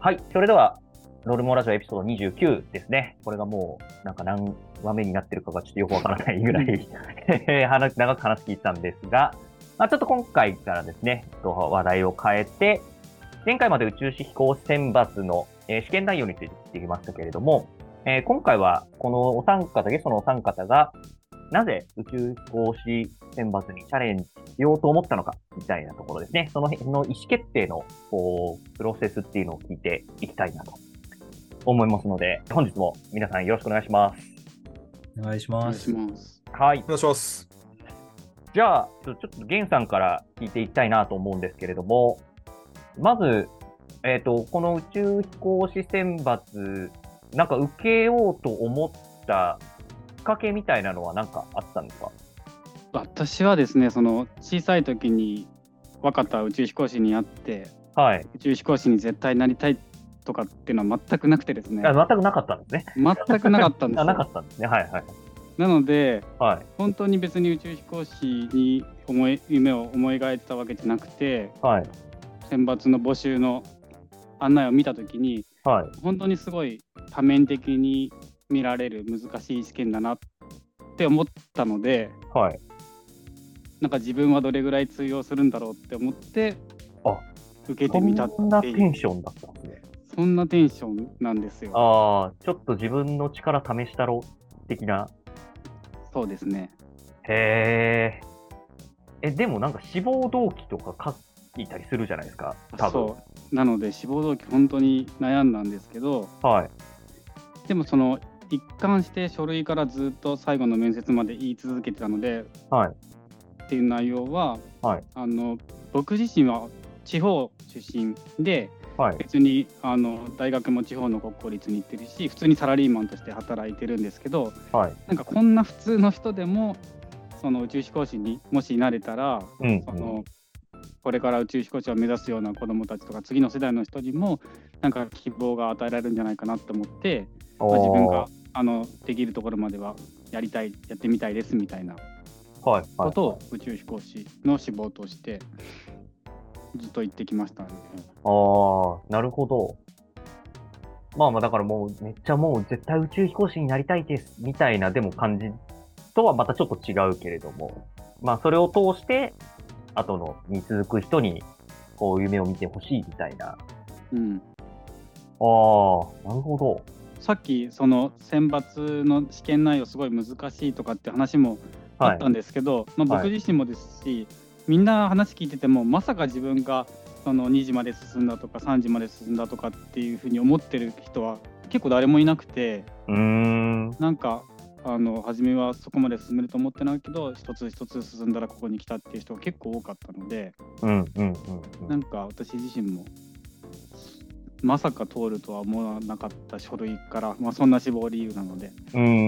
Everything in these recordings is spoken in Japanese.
はい、それでは、ロルモラジオエピソード29ですね。これがもう、なんか何話目になってるかがちょっとよくわからないぐらい長く話聞いたんですが、ちょっと今回からですね、話題を変えて、前回まで宇宙飛行士選抜の、試験内容について聞いてきましたけれども、今回はこのお三方、ゲストのお三方が、なぜ宇宙飛行士選抜にチャレンジしようと思ったのか、みたいなところですね。その辺の意思決定の、プロセスっていうのを聞いていきたいなと思いますので、本日も皆さんよろしくお願いします。 お願いしお願いします。 ます。 はい。 お願いします。 じゃあ、ちょっとゲンさんから聞いていきたいなと思うんですけれども、まず、この宇宙飛行士選抜、なんか受けようと思ったきっかけみたいなのは何かあったんですか？ 私はですね、その小さい時に若田宇宙飛行士に会って、 はい。 宇宙飛行士に絶対なりたいとかっていうのは全くなくてですね、 全くなかったんですね。 全くなかったんですよ。 なかったんですね。はいはい。 なので、 はい。 本当に別に宇宙飛行士に夢を思い描いてたわけじゃなくて、 はい。 選抜の募集の案内を見た時に、 はい。 本当にすごい多面的に見られる難しい試験だなって思ったので、 はい。 なんか自分はどれぐらい通用するんだろうって思ってあ、 受けてみたってそんなテいうンションだったんですね。 そんなテンションなんですよ。 ちょっと自分の力試したろ的な。 そうですね。 へえ。でもなんか志望動機とか書いたりするじゃないですか、多分。 そうなので志望動機本当に悩んだんですけど、 はい。 でもその一貫して書類からずっと最後の面接まで言い続けてたので、 はい。 っていう内容は、 はい。 僕自身は地方出身で、 はい。 別に大学も地方の国公立に行ってるし、普通にサラリーマンとして働いてるんですけど、 はい。 なんかこんな普通の人でもその宇宙飛行士にもしなれたら、 うんそのこれから宇宙飛行士を目指すような子どもたちとか次の世代の人にもなんか希望が与えられるんじゃないかなと思って、自分ができるところまではやってみたいですみたいなはい。 ことを宇宙飛行士の志望としてずっと言ってきましたね。 なるほど。だからもうめっちゃもう絶対宇宙飛行士になりたいですみたいなでも感じとはまたちょっと違うけれども、それを通して後のに続く人にこう夢を見てほしいみたいな。 うん。 なるほど。 さっきその選抜の試験内容すごい難しいとかって話もあったんですけど、僕自身もですし、みんな話聞いててもまさか自分がその2時まで進んだとか3時まで進んだとかっていうふうに思ってる人は結構誰もいなくて、なんか初めはそこまで進めると思ってないけど一つ一つ進んだらここに来たっていう人が結構多かったので、なんか私自身もまさか通るとは思わなかった書類から、そんな志望理由なので、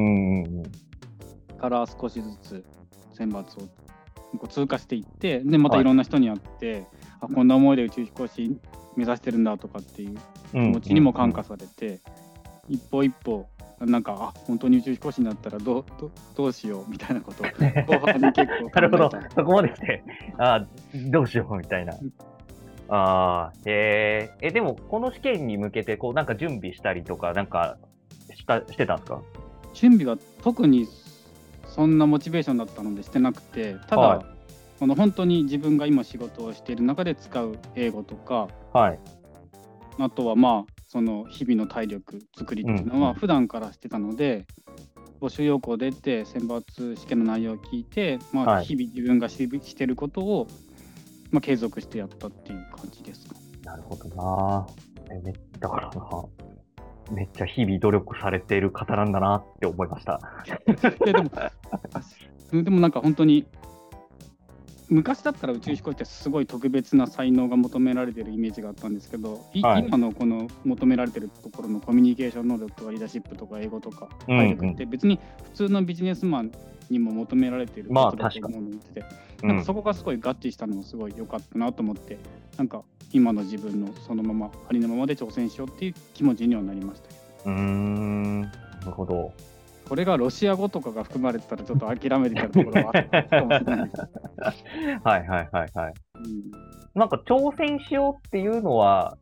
から少しずつ選抜をこう通過していって、でまたいろんな人に会って、こんな思いで宇宙飛行士目指してるんだとかっていう気持ちにも感化されて、一歩一歩なんか本当に宇宙飛行士になったらどうしようみたいなことを後半に結構考えた。 なるほど、そこまで来てどうしようみたいな。でもこの試験に向けてこうなんか準備したりとかなんかしてたんですか？ 準備は特にそんなモチベーションだったのでしてなくて、ただ、本当に自分が今仕事をしている中で使う英語とか、あとはその日々の体力作りっていうのは普段からしてたので、募集要項出て選抜試験の内容を聞いて、日々自分がしてることを継続してやったっていう感じですか。 なるほどな。だからめっちゃ日々努力されている方なんだなって思いました。 でもなんか本当に昔だったら宇宙飛行士ってすごい特別な才能が求められているイメージがあったんですけど、今のこの求められているところのコミュニケーション能力とかリーダーシップとか英語とか体力って別に普通のビジネスマンにも求められていることだと思うので、なんかそこがすごい合致したのもすごい良かったなと思って、なんか今の自分のそのままありのままで挑戦しようっていう気持ちにはなりましたけど。 なるほど。 これがロシア語とかが含まれてたらちょっと諦めてたところはあったかもしれないです。 なんか挑戦しようっていうのは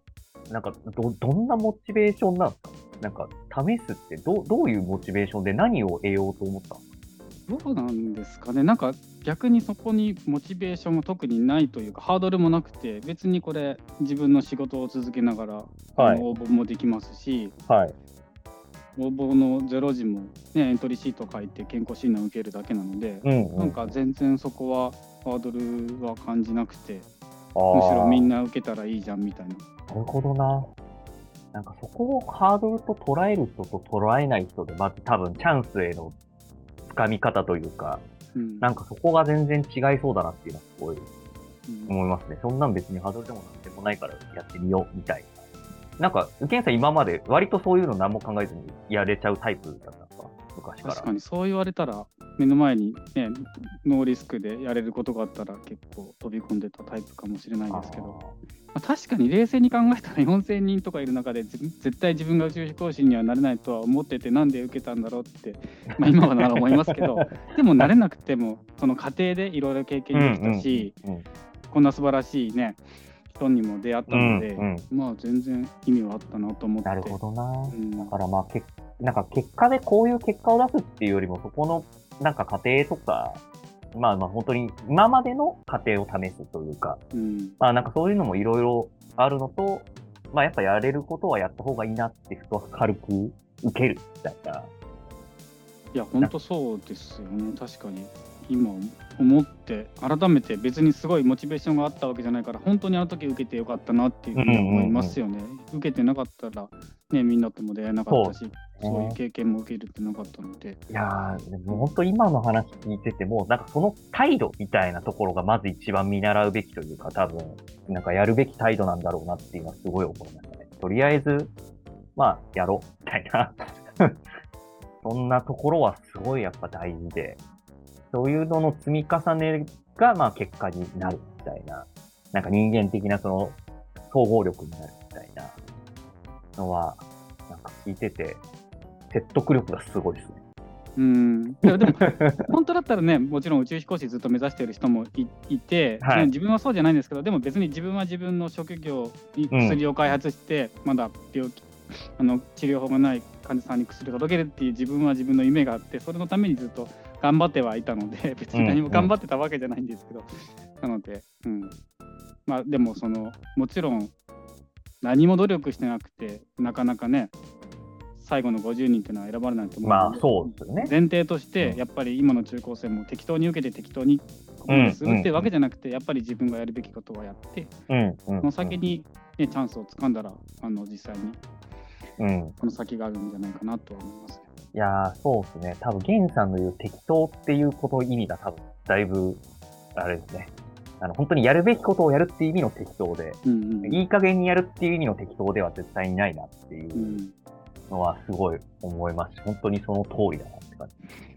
なんかどんなモチベーションなんですか？なんか試すってどういうモチベーションで何を得ようと思ったんですどうなんですかね、なんか逆にそこにモチベーションも特にないというか、ハードルもなくて、別にこれ、自分の仕事を続けながら、 はい応募もできますし、 か？はい。 応募の0時も、ね、エントリーシート書いて健康診断受けるだけなので、なんか全然そこはハードルは感じなくて、むしろみんな受けたらいいじゃんみたいな。 なるほどな。なんかそこをハードルと捉える人と捉えない人で、まず多分チャンスへの掴み方というか、なんかそこが全然違いそうだなっていうのはすごい思いますね。そんなん別にハードルでもなんでもないからやってみようみたいな。なんか、宇健さん今まで割とそういうの何も考えずにやれちゃうタイプだったんですか？昔から。 確かにそう言われたら、目の前に、ね、ノーリスクでやれることがあったら結構飛び込んでたタイプかもしれないですけど、確かに冷静に考えたら4000人とかいる中で絶対自分が宇宙飛行士にはなれないとは思ってて、なんで受けたんだろうって、今はなら思いますけどでもなれなくてもその過程でいろいろ経験できたし、こんな素晴らしいね人にも出会ったので、まあ全然意味はあったなと思って。 なるほどな。だからまあなんか結果でこういう結果を出すっていうよりも、そこのなんか過程とか、まあ本当に今までの過程を試すというか、まあなんかそういうのもいろいろあるのと、まあやっぱやれることはやった方がいいなってふと軽く受けるみたいな。 いや本当そうですよね。確かに今思って改めて、別にすごいモチベーションがあったわけじゃないから、本当にあの時受けてよかったなっていうふうに思いますよね。受けてなかったらね、みんなとも出会えなかったし、そういう経験も受けるってなかったので。 いやー、でも本当今の話聞いてても、なんかその態度みたいなところがまず一番見習うべきというか、多分、なんかやるべき態度なんだろうなっていうのはすごい思いましたね。とりあえず、まあ、やろう、みたいな。そんなところはすごいやっぱ大事で、そういうのの積み重ねが、まあ結果になるみたいな、なんか人間的なその総合力になるみたいなのは、なんか聞いてて、説得力がすごいですね。 でも本当だったらね、もちろん宇宙飛行士ずっと目指している人もいて、自分はそうじゃないんですけど、でも別に自分は自分の職業に薬を開発して、まだ病気治療法がない患者さんに薬を届けるっていう自分は自分の夢があって、それのためにずっと頑張ってはいたので、別に何も頑張ってたわけじゃないんですけど、なので、まあでももちろん何も努力してなくてなかなかね、最後の50人っていうのは選ばれないと思うので、 まあそうですよね。 前提としてやっぱり今の中高生も適当に受けて適当にここまでするっていうわけじゃなくて、やっぱり自分がやるべきことはやって、その先に、ね、チャンスをつかんだら実際にこの先があるんじゃないかなとは思います。 いやー、そうですね。多分源さんの言う適当っていうことの意味が多分だいぶあれですね。本当にやるべきことをやるっていう意味の適当で、いい加減にやるっていう意味の適当では絶対にないなっていうのはすごい思いますし、本当にその通りだなって感じ。